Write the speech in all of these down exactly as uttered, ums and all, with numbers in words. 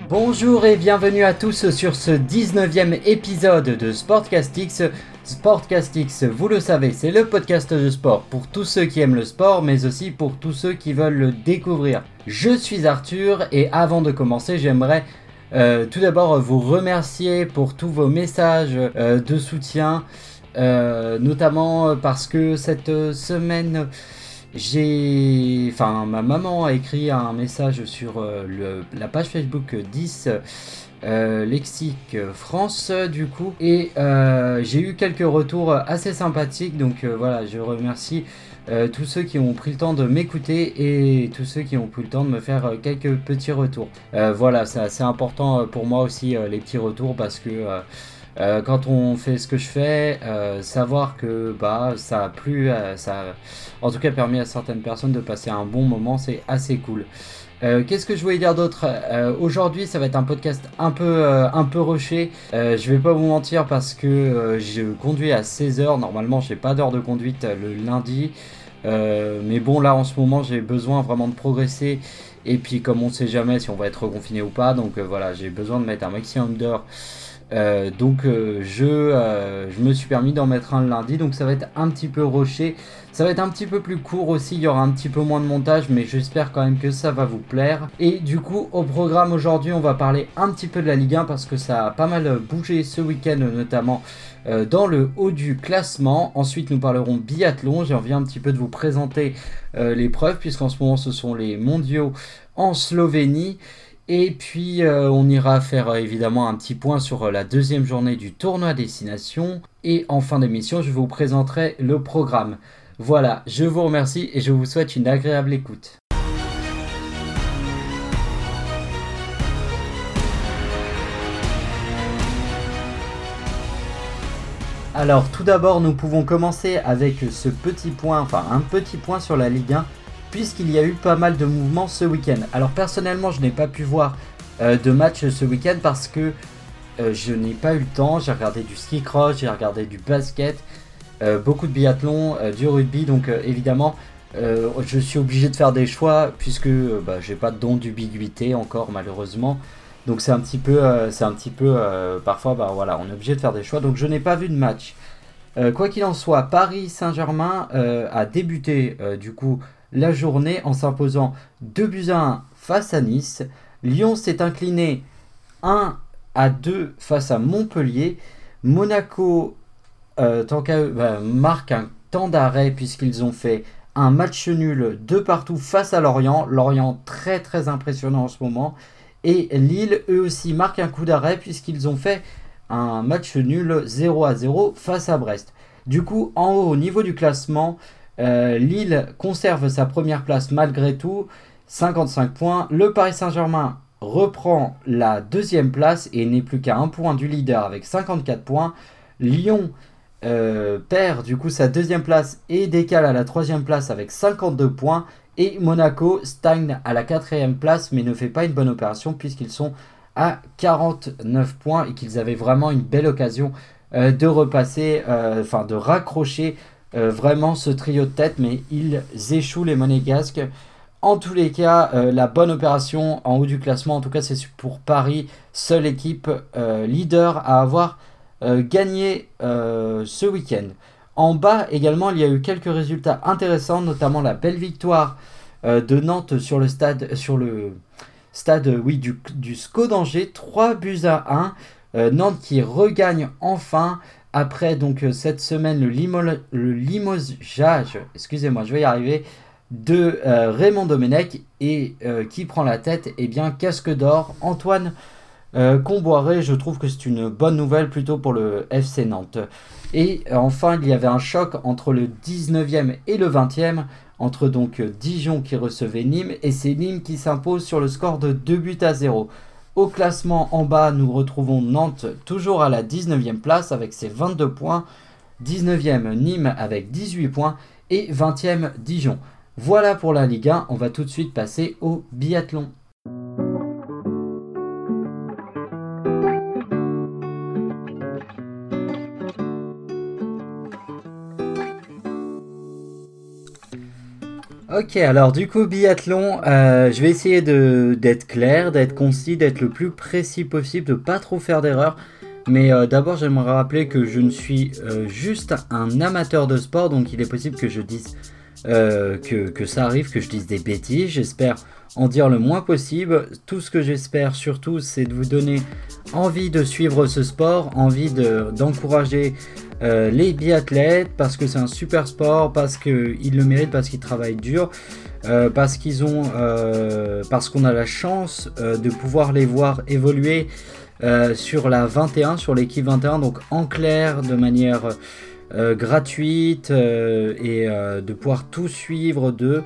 Bonjour et bienvenue à tous sur ce dix-neuvième épisode de Sportcastix. Sportcastix, vous le savez, c'est le podcast de sport pour tous ceux qui aiment le sport, mais aussi pour tous ceux qui veulent le découvrir. Je suis Arthur et avant de commencer, j'aimerais euh, tout d'abord vous remercier pour tous vos messages euh, de soutien, euh, notamment parce que cette semaine... J'ai, enfin, ma maman a écrit un message sur euh, le, la page Facebook dix euh, Lexique France du coup, et euh, j'ai eu quelques retours assez sympathiques. Donc euh, voilà, je remercie euh, tous ceux qui ont pris le temps de m'écouter et tous ceux qui ont pris le temps de me faire euh, quelques petits retours. Euh, voilà, c'est assez important pour moi aussi euh, les petits retours parce que euh, Euh, quand on fait ce que je fais, euh, savoir que bah, ça a plu, euh, ça a en tout cas permis à certaines personnes de passer un bon moment, c'est assez cool. Euh, Qu'est-ce que je voulais dire d'autre? euh, Aujourd'hui, ça va être un podcast un peu, euh, un peu rushé. Euh, je vais pas vous mentir parce que euh, je conduis à seize heures. Normalement, j'ai pas d'heure de conduite le lundi. Euh, mais bon, là en ce moment, j'ai besoin vraiment de progresser. Et puis, comme on sait jamais si on va être reconfiné ou pas, donc euh, voilà, j'ai besoin de mettre un maximum d'heures. Euh, donc euh, je, euh, je me suis permis d'en mettre un le lundi, donc ça va être un petit peu rushé, ça va être un petit peu plus court aussi, il y aura un petit peu moins de montage, mais j'espère quand même que ça va vous plaire. Et du coup au programme aujourd'hui on va parler un petit peu de la Ligue un parce que ça a pas mal bougé ce week-end, notamment euh, dans le haut du classement. Ensuite nous parlerons biathlon, j'ai envie un petit peu de vous présenter euh, l'épreuve puisqu'en ce moment ce sont les mondiaux en Slovénie. Et puis euh, on ira faire euh, évidemment un petit point sur euh, la deuxième journée du tournoi Destination. Et en fin d'émission, je vous présenterai le programme. Voilà, je vous remercie et je vous souhaite une agréable écoute. Alors tout d'abord, nous pouvons commencer avec ce petit point, enfin un petit point sur la Ligue un, puisqu'il y a eu pas mal de mouvements ce week-end. Alors personnellement, je n'ai pas pu voir euh, de match ce week-end parce que euh, je n'ai pas eu le temps. J'ai regardé du ski cross, j'ai regardé du basket, euh, beaucoup de biathlon, euh, du rugby. Donc euh, évidemment, euh, je suis obligé de faire des choix puisque euh, bah, j'ai pas de don d'ubiquité encore malheureusement. Donc c'est un petit peu, euh, c'est un petit peu euh, parfois, bah voilà, on est obligé de faire des choix. Donc je n'ai pas vu de match. Euh, quoi qu'il en soit, Paris Saint-Germain euh, a débuté euh, du coup la journée en s'imposant deux buts à un face à Nice. Lyon s'est incliné un à deux face à Montpellier. Monaco euh, tant qu'à eux, bah, marque un temps d'arrêt puisqu'ils ont fait un match nul de partout face à Lorient. Lorient très très impressionnant en ce moment. Et Lille, eux aussi, marquent un coup d'arrêt puisqu'ils ont fait un match nul zéro à zéro face à Brest. Du coup, en haut, au niveau du classement, euh, Lille conserve sa première place malgré tout, cinquante-cinq points. Le Paris Saint-Germain reprend la deuxième place et n'est plus qu'à un point du leader avec cinquante-quatre points. Lyon euh, perd du coup sa deuxième place et décale à la troisième place avec cinquante-deux points. Et Monaco stagne à la quatrième place mais ne fait pas une bonne opération puisqu'ils sont à quarante-neuf points et qu'ils avaient vraiment une belle occasion euh, de repasser, enfin euh, de raccrocher euh, vraiment ce trio de tête, mais ils échouent les Monégasques. En tous les cas, euh, la bonne opération en haut du classement, en tout cas c'est pour Paris, seule équipe euh, leader à avoir euh, gagné euh, ce week-end. En bas également, il y a eu quelques résultats intéressants, notamment la belle victoire euh, de Nantes sur le stade, sur le stade oui, du, du SCO d'Angers, trois buts à un. Euh, Nantes qui regagne enfin après donc euh, cette semaine le, limo, le limogeage, excusez-moi, je vais y arriver, de euh, Raymond Domenech et euh, qui prend la tête, eh bien casque d'or, Antoine euh, Comboiré. Je trouve que c'est une bonne nouvelle plutôt pour le F C Nantes. Et euh, enfin, il y avait un choc entre le dix-neuvième et le vingtième, entre donc Dijon qui recevait Nîmes, et c'est Nîmes qui s'impose sur le score de deux buts à zéro. Au classement en bas, nous retrouvons Nantes toujours à la dix-neuvième place avec ses vingt-deux points, dix-neuvième Nîmes avec dix-huit points et vingtième Dijon. Voilà pour la Ligue un, on va tout de suite passer au biathlon. Ok, alors du coup, biathlon, euh, je vais essayer de, d'être clair, d'être concis, d'être le plus précis possible, de pas trop faire d'erreurs. Mais euh, d'abord, j'aimerais rappeler que je ne suis euh, juste un amateur de sport, donc il est possible que je dise euh, que, que ça arrive, que je dise des bêtises. J'espère en dire le moins possible. Tout ce que j'espère surtout, c'est de vous donner envie de suivre ce sport, envie de, d'encourager euh, les biathlètes, parce que c'est un super sport, parce qu'ils le méritent, parce qu'ils travaillent dur, euh, parce qu'ils ont, euh, parce qu'on a la chance euh, de pouvoir les voir évoluer euh, sur la vingt et un, sur l'équipe vingt et un, donc en clair, de manière euh, gratuite euh, et euh, de pouvoir tout suivre d'eux.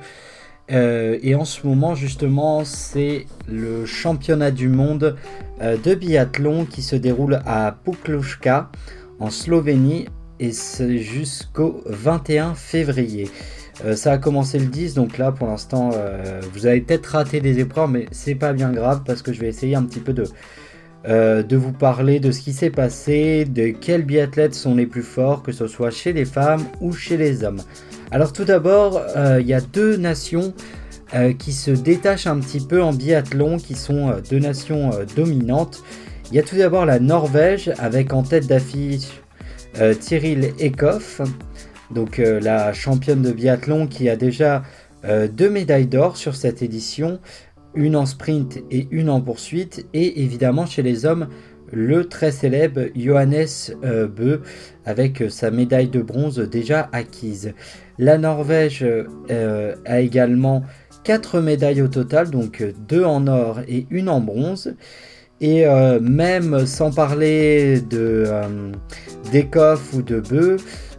Euh, et en ce moment justement c'est le championnat du monde euh, de biathlon qui se déroule à Pukluška en Slovénie et c'est jusqu'au vingt et un février. Euh, ça a commencé le dix, donc là pour l'instant euh, vous avez peut-être raté des épreuves, mais c'est pas bien grave parce que je vais essayer un petit peu de, euh, de vous parler de ce qui s'est passé, de quels biathlètes sont les plus forts, que ce soit chez les femmes ou chez les hommes. Alors tout d'abord, il euh, y a deux nations euh, qui se détachent un petit peu en biathlon, qui sont euh, deux nations euh, dominantes. Il y a tout d'abord la Norvège, avec en tête d'affiche euh, Tiril Eckhoff, donc euh, la championne de biathlon qui a déjà euh, deux médailles d'or sur cette édition, une en sprint et une en poursuite, et évidemment chez les hommes, le très célèbre Johannes euh, Bö avec sa médaille de bronze déjà acquise. La Norvège euh, a également quatre médailles au total, donc deux en or et une en bronze. Et euh, même sans parler de euh, d'Eckhoff ou de Bö,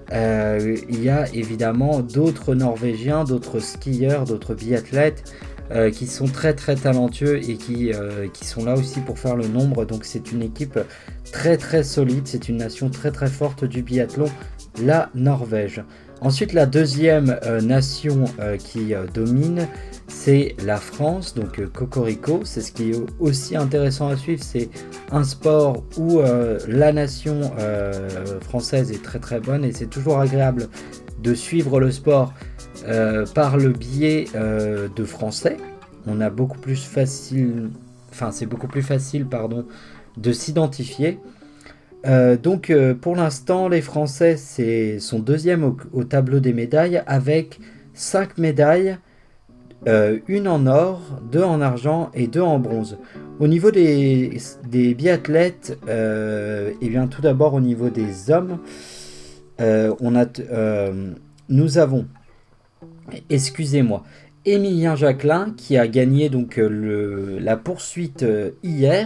euh, il y a évidemment d'autres Norvégiens, d'autres skieurs, d'autres biathlètes Euh, qui sont très très talentueux et qui, euh, qui sont là aussi pour faire le nombre. Donc c'est une équipe très très solide, c'est une nation très très forte du biathlon, la Norvège. Ensuite la deuxième euh, nation euh, qui euh, domine, c'est la France, donc euh, Cocorico. C'est ce qui est aussi intéressant à suivre, c'est un sport où euh, la nation euh, française est très très bonne et c'est toujours agréable de suivre le sport Euh, par le biais euh, de français. On a beaucoup plus facile, enfin c'est beaucoup plus facile pardon, de s'identifier. Euh, donc euh, pour l'instant les Français c'est, sont deuxième au, au tableau des médailles avec cinq médailles, euh, une en or, deux en argent et deux en bronze. Au niveau des, des biathlètes, euh, et bien tout d'abord au niveau des hommes, euh, on a, euh, nous avons Excusez-moi. Émilien Jacquelin qui a gagné donc le, la poursuite euh, hier,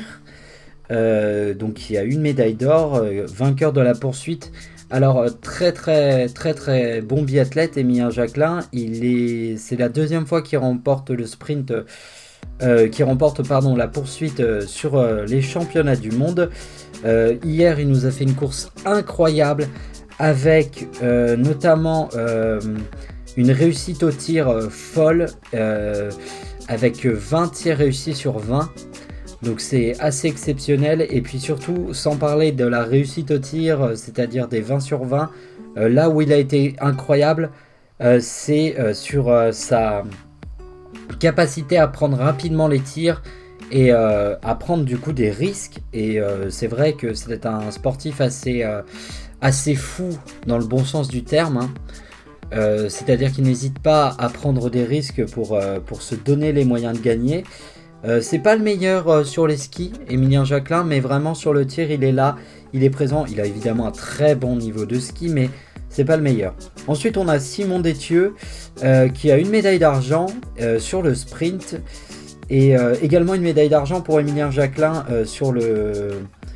euh, donc qui a une médaille d'or, euh, vainqueur de la poursuite. Alors euh, très très très très bon biathlète Émilien Jacquelin. Il est, c'est la deuxième fois qu'il remporte le sprint, euh, qui remporte pardon la poursuite euh, sur euh, les championnats du monde. Euh, hier il nous a fait une course incroyable avec euh, notamment euh, une réussite au tir euh, folle, euh, avec vingt tirs réussis sur vingt. Donc c'est assez exceptionnel. Et puis surtout, sans parler de la réussite au tir, euh, c'est-à-dire des vingt sur vingt, euh, là où il a été incroyable, euh, c'est euh, sur euh, sa capacité à prendre rapidement les tirs et euh, à prendre du coup des risques. Et euh, c'est vrai que c'est un sportif assez, euh, assez fou dans le bon sens du terme, hein. Euh, c'est-à-dire qu'il n'hésite pas à prendre des risques pour, euh, pour se donner les moyens de gagner. Euh, c'est pas le meilleur euh, sur les skis, Émilien Jacquelin, mais vraiment sur le tir, il est là, il est présent. Il a évidemment un très bon niveau de ski, mais c'est pas le meilleur. Ensuite, on a Simon Détieux euh, qui a une médaille d'argent euh, sur le sprint et euh, également une médaille d'argent pour Émilien Jacquelin euh, sur le...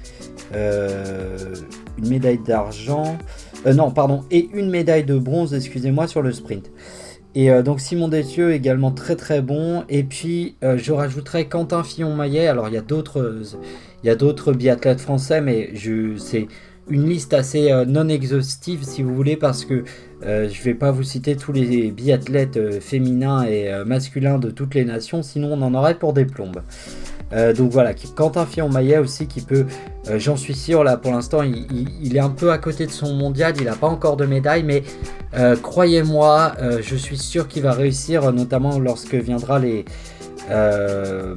Euh, une médaille d'argent... Euh, non, pardon, et une médaille de bronze, excusez-moi, sur le sprint. Et euh, donc Simon Détieux également très très bon. Et puis euh, je rajouterai Quentin Fillon-Maillet. Alors il y a d'autres, il y a d'autres biathlètes français, mais je, c'est une liste assez euh, non exhaustive si vous voulez, parce que euh, je vais pas vous citer tous les biathlètes euh, féminins et euh, masculins de toutes les nations, sinon on en aurait pour des plombes. Euh, donc voilà, Quentin Fillon-Maillet aussi qui peut, euh, j'en suis sûr, là pour l'instant il, il, il est un peu à côté de son mondial, il n'a pas encore de médaille, mais euh, croyez-moi, euh, je suis sûr qu'il va réussir, notamment lorsque viendra les, euh,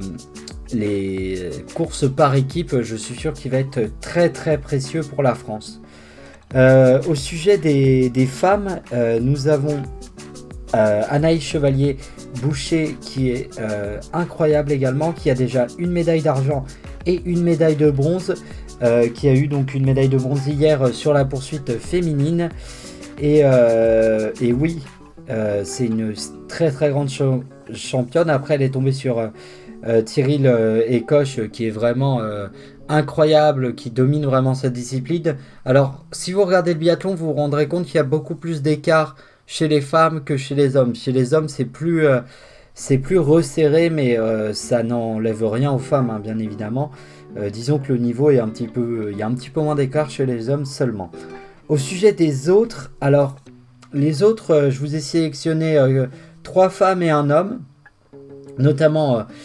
les courses par équipe, je suis sûr qu'il va être très très précieux pour la France. Euh, au sujet des, des femmes, euh, nous avons euh, Anaïs Chevalier-Boucher qui est euh, incroyable également, qui a déjà une médaille d'argent et une médaille de bronze, euh, qui a eu donc une médaille de bronze hier sur la poursuite féminine. Et, euh, et oui, euh, c'est une très très grande ch- championne. Après, elle est tombée sur euh, Tyrrell euh, Ecoche, qui est vraiment euh, incroyable, qui domine vraiment cette discipline. Alors, si vous regardez le biathlon, vous vous rendrez compte qu'il y a beaucoup plus d'écart chez les femmes que chez les hommes. Chez les hommes, c'est plus, euh, c'est plus resserré, mais euh, ça n'enlève rien aux femmes, hein, bien évidemment. Euh, disons que le niveau est un petit peu, il y a un petit peu moins d'écart chez les hommes seulement. Au sujet des autres, alors les autres, euh, je vous ai sélectionné euh, trois femmes et un homme, notamment euh,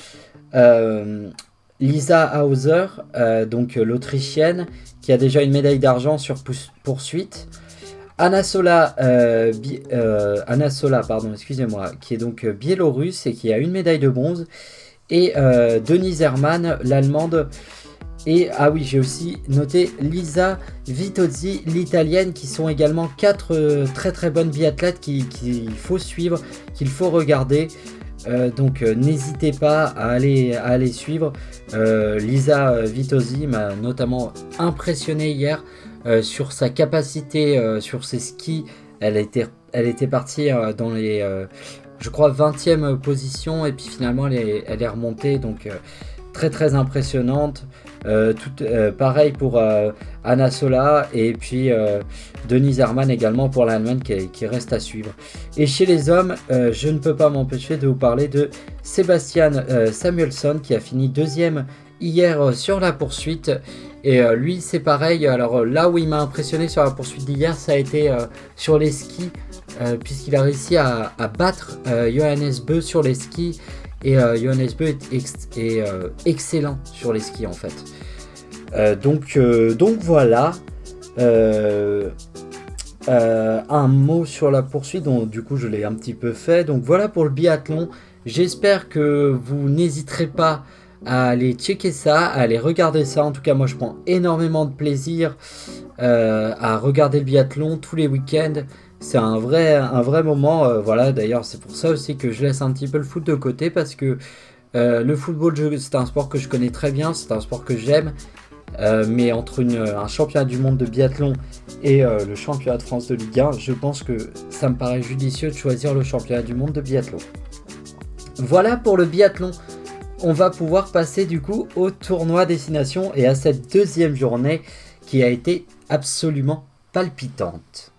euh, Lisa Hauser, euh, donc euh, l'Autrichienne, qui a déjà une médaille d'argent sur poursuite. Anna Sola, euh, bi, euh, Anna Sola, pardon, excusez-moi, qui est donc euh, biélorusse et qui a une médaille de bronze. Et euh, Denise Herrmann, l'allemande. Et ah oui, j'ai aussi noté Lisa Vitozzi, l'italienne, qui sont également quatre euh, très très bonnes biathlètes qu'il qui faut suivre, qu'il faut regarder. Euh, donc euh, n'hésitez pas à aller, à aller suivre. Euh, Lisa Vitozzi m'a notamment impressionné hier euh, sur sa capacité, euh, sur ses skis. Elle était, elle était partie euh, dans les, euh, je crois, vingtième position, et puis finalement elle est, elle est remontée, donc euh, très très impressionnante. Euh, tout, euh, pareil pour euh, Anna Sola, et puis euh, Denise Herrmann également pour l'Allemagne qui, qui reste à suivre. Et chez les hommes, euh, je ne peux pas m'empêcher de vous parler de Sebastian euh, Samuelsson, qui a fini deuxième hier euh, sur la poursuite. Et euh, lui c'est pareil, alors là où il m'a impressionné sur la poursuite d'hier, ça a été euh, sur les skis, euh, puisqu'il a réussi à, à battre euh, Johannes Bö sur les skis. Et euh, Johannes Bö est, ex- est euh, excellent sur les skis en fait. Euh, donc, euh, donc voilà. Euh, euh, un mot sur la poursuite, donc du coup je l'ai un petit peu fait. Donc voilà pour le biathlon. J'espère que vous n'hésiterez pas à aller checker ça, à aller regarder ça. En tout cas moi je prends énormément de plaisir euh, à regarder le biathlon tous les week-ends. C'est un vrai, un vrai moment, euh, voilà, d'ailleurs c'est pour ça aussi que je laisse un petit peu le foot de côté, parce que euh, le football je, c'est un sport que je connais très bien, c'est un sport que j'aime, euh, mais entre une, un championnat du monde de biathlon et euh, le championnat de France de Ligue un, je pense que ça me paraît judicieux de choisir le championnat du monde de biathlon. Voilà pour le biathlon. On va pouvoir passer du coup au tournoi destination et à cette deuxième journée qui a été absolument palpitante.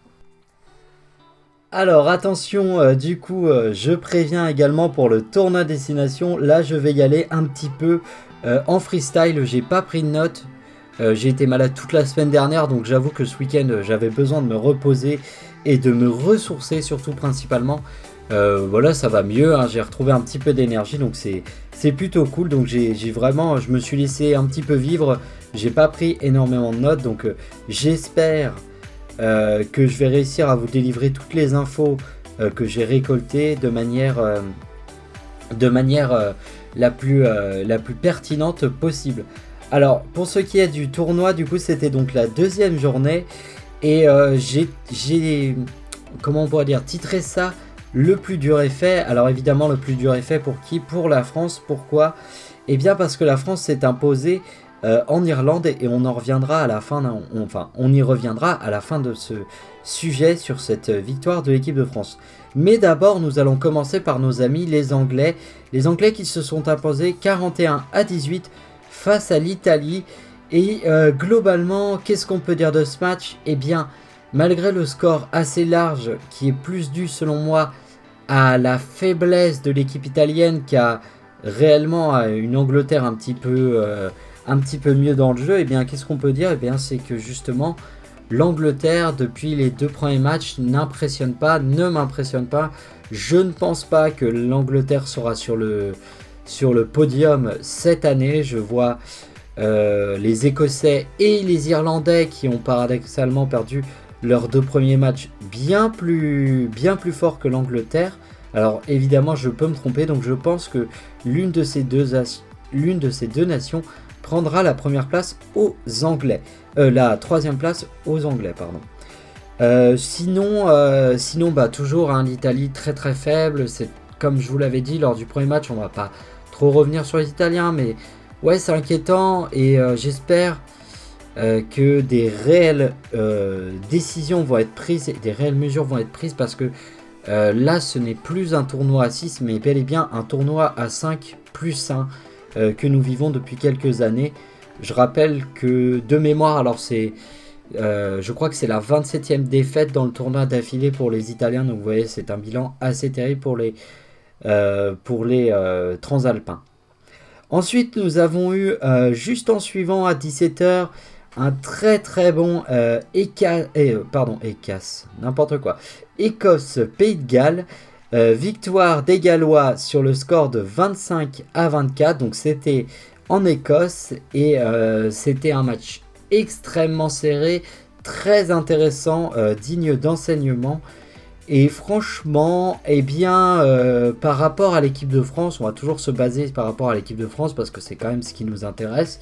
Alors attention, euh, du coup euh, je préviens également pour le tournoi destination, là je vais y aller un petit peu euh, en freestyle, j'ai pas pris de notes, euh, j'ai été malade toute la semaine dernière, donc j'avoue que ce week-end euh, j'avais besoin de me reposer et de me ressourcer surtout principalement. Euh, voilà, ça va mieux, hein, j'ai retrouvé un petit peu d'énergie, donc c'est, c'est plutôt cool, donc j'ai, j'ai vraiment, je me suis laissé un petit peu vivre, j'ai pas pris énormément de notes, donc euh, j'espère Euh, que je vais réussir à vous délivrer toutes les infos euh, que j'ai récoltées de manière, euh, de manière euh, la, plus, euh, la plus pertinente possible. Alors pour ce qui est du tournoi, du coup c'était donc la deuxième journée et euh, j'ai, j'ai, comment on pourrait dire, titré ça le plus dur est fait. Alors évidemment le plus dur est fait pour qui ? Pour la France. Pourquoi ? Eh bien parce que la France s'est imposée Euh, en Irlande, et on en reviendra à la fin, on, enfin on y reviendra à la fin de ce sujet sur cette victoire de l'équipe de France. Mais d'abord nous allons commencer par nos amis les Anglais, les Anglais qui se sont imposés quarante et un à dix-huit face à l'Italie. Et euh, globalement, qu'est-ce qu'on peut dire de ce match ? Eh bien, malgré le score assez large qui est plus dû selon moi à la faiblesse de l'équipe italienne qui a réellement une Angleterre un petit peu euh, un petit peu mieux dans le jeu, et eh bien qu'est-ce qu'on peut dire ? Et eh bien c'est que justement l'Angleterre depuis les deux premiers matchs n'impressionne pas, ne m'impressionne pas. Je ne pense pas que l'Angleterre sera sur le sur le podium cette année. Je vois euh, les Écossais et les Irlandais qui ont paradoxalement perdu leurs deux premiers matchs bien plus, bien plus forts que l'Angleterre. Alors évidemment je peux me tromper, donc je pense que l'une de ces deux, as- l'une de ces deux nations prendra la première place aux Anglais. Euh, la troisième place aux Anglais, pardon. Euh, sinon, euh, sinon bah, toujours hein, l'Italie très très faible. C'est comme je vous l'avais dit lors du premier match, on va pas trop revenir sur les Italiens, mais ouais c'est inquiétant et euh, j'espère euh, que des réelles euh, décisions vont être prises et des réelles mesures vont être prises parce que euh, là ce n'est plus un tournoi à six mais bel et bien un tournoi à cinq plus un euh, que nous vivons depuis quelques années. Je rappelle que de mémoire, alors c'est Euh, je crois que c'est la vingt-septième défaite dans le tournoi d'affilée pour les Italiens. Donc vous voyez, c'est un bilan assez terrible pour les, euh, pour les euh, Transalpins. Ensuite, nous avons eu, euh, juste en suivant à dix-sept heures, un très très bon euh, Éca- euh, pardon, Écasse, n'importe quoi. Écosse-Pays de Galles. Euh, victoire des Gallois sur le score de vingt-cinq à vingt-quatre. Donc c'était en Écosse et euh, c'était un match extrêmement serré, très intéressant, euh, digne d'enseignement. Et franchement, eh bien, euh, par rapport à l'équipe de France, on va toujours se baser par rapport à l'équipe de France parce que c'est quand même ce qui nous intéresse.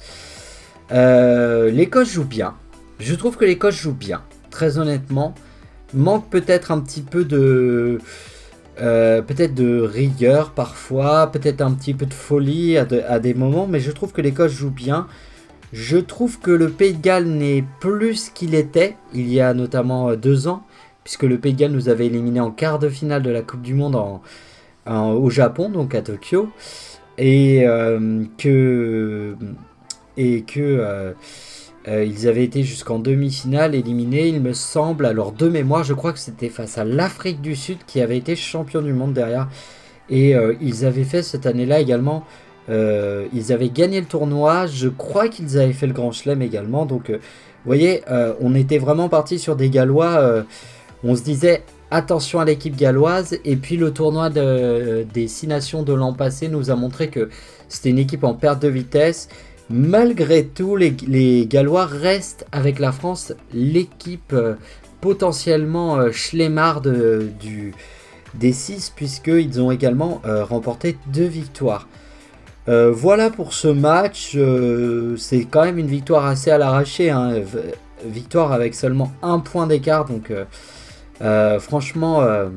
Euh, L'Écosse joue bien. Je trouve que l'Écosse joue bien, très honnêtement. Manque peut-être un petit peu de... Euh, peut-être de rigueur parfois, peut-être un petit peu de folie à, de, à des moments, mais je trouve que l'Écosse joue bien. Je trouve que le Pays de Galles n'est plus ce qu'il était il y a notamment deux ans, puisque le Pays de Galles nous avait éliminé en quart de finale de la Coupe du Monde en, en, au Japon, donc à Tokyo, et euh, que, et que euh, euh, ils avaient été jusqu'en demi-finale éliminés, il me semble, alors de mémoire, je crois que c'était face à l'Afrique du Sud qui avait été champion du monde derrière, et euh, ils avaient fait cette année-là également. Euh, ils avaient gagné le tournoi, je crois qu'ils avaient fait le Grand Chelem également, donc euh, vous voyez, euh, on était vraiment parti sur des Gallois, euh, on se disait attention à l'équipe galloise, et puis le tournoi de, des six nations de l'an passé nous a montré que c'était une équipe en perte de vitesse. Malgré tout, les, les Gallois restent avec la France l'équipe euh, potentiellement euh, schlemmarde euh, du, des six, puisqu'ils ont également euh, remporté deux victoires. Euh, voilà pour ce match, euh, c'est quand même une victoire assez à l'arraché, hein. Victoire avec seulement un point d'écart, donc euh, euh, franchement euh,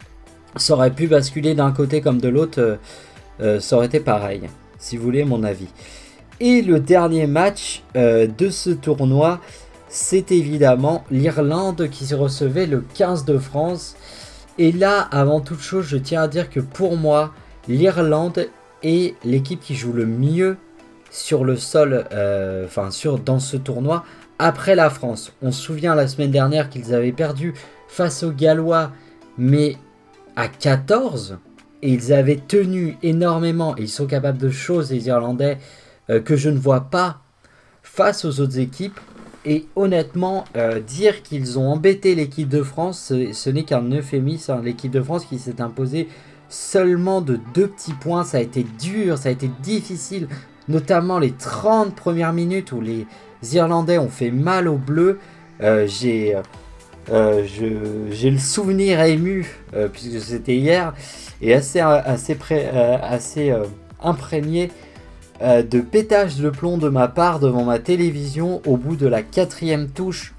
ça aurait pu basculer d'un côté comme de l'autre, euh, euh, ça aurait été pareil, si vous voulez mon avis. Et le dernier match euh, de ce tournoi, c'est évidemment l'Irlande qui recevait le quinze de France. Et là, avant toute chose, je tiens à dire que pour moi, l'Irlande est l'équipe qui joue le mieux sur le sol, euh, enfin sur dans ce tournoi, après la France. On se souvient la semaine dernière qu'ils avaient perdu face aux Gallois, mais à quatorze, et ils avaient tenu énormément, et ils sont capables de choses, les Irlandais, euh, que je ne vois pas face aux autres équipes. Et honnêtement, euh, dire qu'ils ont embêté l'équipe de France, ce, ce n'est qu'un euphémisme, hein. L'équipe de France qui s'est imposée seulement de deux petits points, ça a été dur, ça a été difficile, notamment les trente premières minutes où les Irlandais ont fait mal aux Bleus. Euh, j'ai, euh, je, j'ai le souvenir ému, euh, puisque c'était hier, et assez, assez, pré, euh, assez euh, imprégné euh, de pétage de plomb de ma part devant ma télévision au bout de la quatrième touche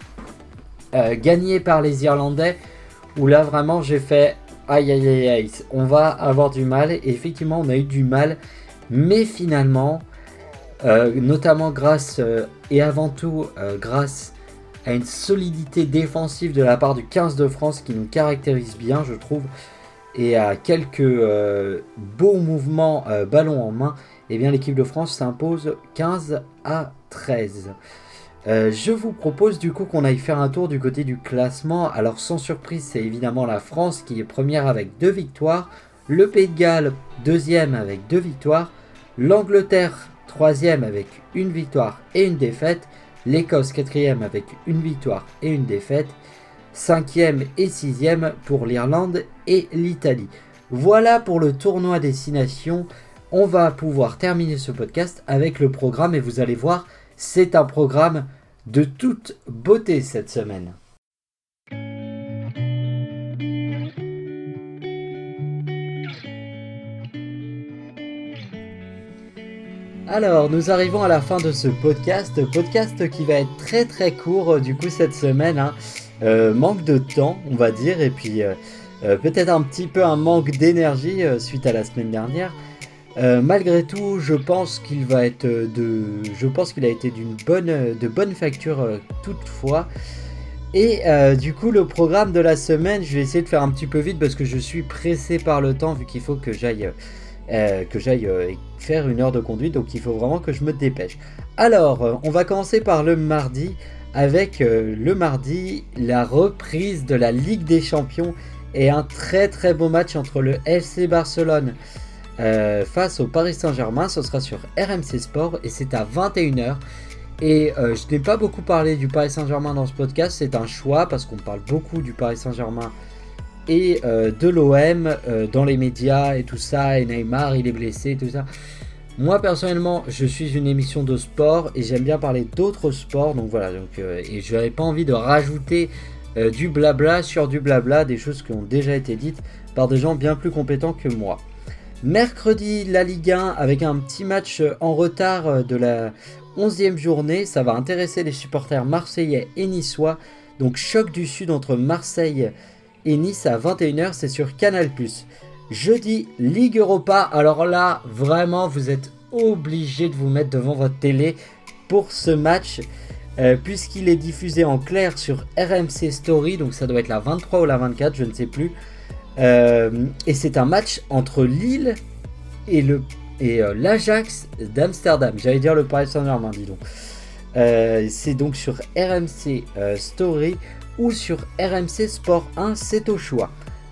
euh, gagnée par les Irlandais, où là vraiment j'ai fait aïe aïe aïe aïe, on va avoir du mal. Et effectivement on a eu du mal, mais finalement euh, notamment grâce euh, et avant tout euh, grâce à une solidité défensive de la part du quinze de France qui nous caractérise bien, je trouve, et à quelques euh, beaux mouvements euh, ballon en main, et eh bien l'équipe de France s'impose quinze à treize. Euh, je vous propose du coup qu'on aille faire un tour du côté du classement. Alors sans surprise, c'est évidemment la France qui est première avec deux victoires, le Pays de Galles deuxième avec deux victoires, l'Angleterre troisième avec une victoire et une défaite, l'Écosse quatrième avec une victoire et une défaite, cinquième et sixième pour l'Irlande et l'Italie. Voilà pour le tournoi Destination. on va pouvoir terminer ce podcast avec le programme et vous allez voir, c'est un programme de toute beauté cette semaine. Alors, nous arrivons à la fin de ce podcast, podcast qui va être très très court du coup cette semaine, hein. euh, manque de temps on va dire, et puis euh, euh, peut-être un petit peu un manque d'énergie euh, suite à la semaine dernière. Euh, malgré tout, je pense qu'il va être de, je pense qu'il a été d'une bonne, de bonne facture euh, toutefois. Et euh, du coup, le programme de la semaine, je vais essayer de faire un petit peu vite parce que je suis pressé par le temps vu qu'il faut que j'aille. Euh, que j'aille euh, faire une heure de conduite, donc il faut vraiment que je me dépêche. Alors, euh, on va commencer par le mardi, avec euh, le mardi, la reprise de la Ligue des Champions et un très très beau match entre le F C Barcelone euh, face au Paris Saint-Germain. Ce sera sur R M C Sport et c'est à vingt et une heures. Et euh, je n'ai pas beaucoup parlé du Paris Saint-Germain dans ce podcast, c'est un choix parce qu'on parle beaucoup du Paris Saint-Germain et euh, de l'O M euh, dans les médias et tout ça, et Neymar il est blessé et tout ça. Moi personnellement je suis une émission de sport et j'aime bien parler d'autres sports, donc voilà, donc, euh, et je n'avais pas envie de rajouter euh, du blabla sur du blabla, des choses qui ont déjà été dites par des gens bien plus compétents que moi. Mercredi, la Ligue un avec un petit match en retard de la onzième journée, ça va intéresser les supporters marseillais et niçois, donc choc du sud entre Marseille et Nice à vingt et une heures, c'est sur Canal plus. Jeudi, Ligue Europa. Alors là, vraiment, vous êtes obligé de vous mettre devant votre télé pour ce match, euh, puisqu'il est diffusé en clair sur R M C Story, donc ça doit être la vingt-trois ou la vingt-quatre, je ne sais plus. Euh, et c'est un match entre Lille et, le, et euh, l'Ajax d'Amsterdam. J'allais dire le Paris Saint-Germain, dis donc. Euh, c'est donc sur R M C euh, Story ou sur R M C Sport un, c'est au choix.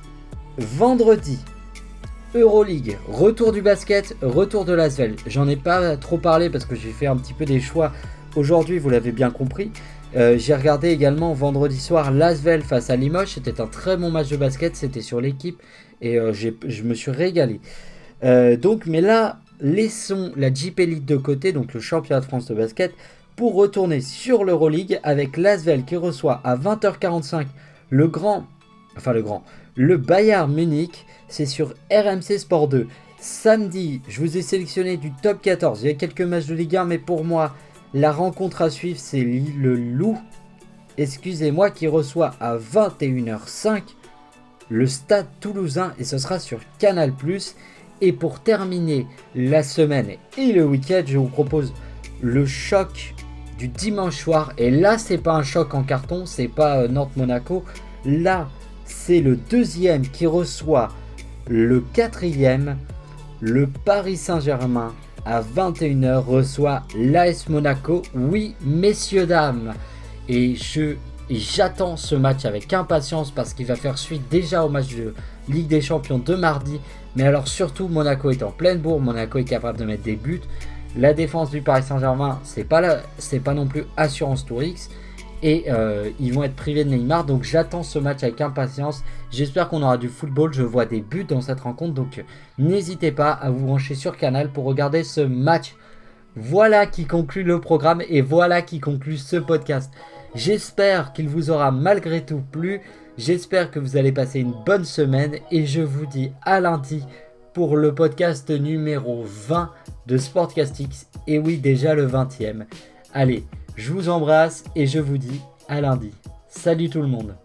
Vendredi, Euroleague, retour du basket, retour de l'Asvel. J'en ai pas trop parlé parce que j'ai fait un petit peu des choix aujourd'hui, vous l'avez bien compris. Euh, j'ai regardé également vendredi soir l'Asvel face à Limoges, c'était un très bon match de basket, c'était sur l'équipe et euh, j'ai, je me suis régalé. Euh, donc, mais là, laissons la Jeep Elite de côté, donc le championnat de France de basket, pour retourner sur l'Euroleague avec l'Asvel qui reçoit à vingt heures quarante-cinq le grand, enfin le grand, le Bayern Munich, c'est sur R M C Sport deux. Samedi, je vous ai sélectionné du top quatorze, il y a quelques matchs de Ligue un, mais pour moi, la rencontre à suivre, c'est le Loup, excusez-moi, qui reçoit à vingt et une heures cinq le Stade Toulousain et ce sera sur Canal plus. Et pour terminer la semaine et le week-end, je vous propose le choc du dimanche soir, et là c'est pas un choc en carton, c'est pas euh, Nantes-Monaco, là c'est le deuxième qui reçoit le quatrième, le Paris Saint-Germain à vingt et une heures reçoit l'A S Monaco, oui messieurs dames, et je et j'attends ce match avec impatience parce qu'il va faire suite déjà au match de Ligue des Champions de mardi, mais alors surtout Monaco est en pleine bourre, Monaco est capable de mettre des buts. La défense du Paris Saint-Germain, c'est pas, la, c'est pas non plus Assurance Tourix. Et euh, ils vont être privés de Neymar. Donc j'attends ce match avec impatience. J'espère qu'on aura du football. Je vois des buts dans cette rencontre. Donc n'hésitez pas à vous brancher sur Canal pour regarder ce match. Voilà qui conclut le programme. Et voilà qui conclut ce podcast. J'espère qu'il vous aura malgré tout plu. J'espère que vous allez passer une bonne semaine. Et je vous dis à lundi pour le podcast numéro vingt de Sportcastix, et oui déjà le vingtième. Allez, je vous embrasse et je vous dis à lundi. Salut tout le monde.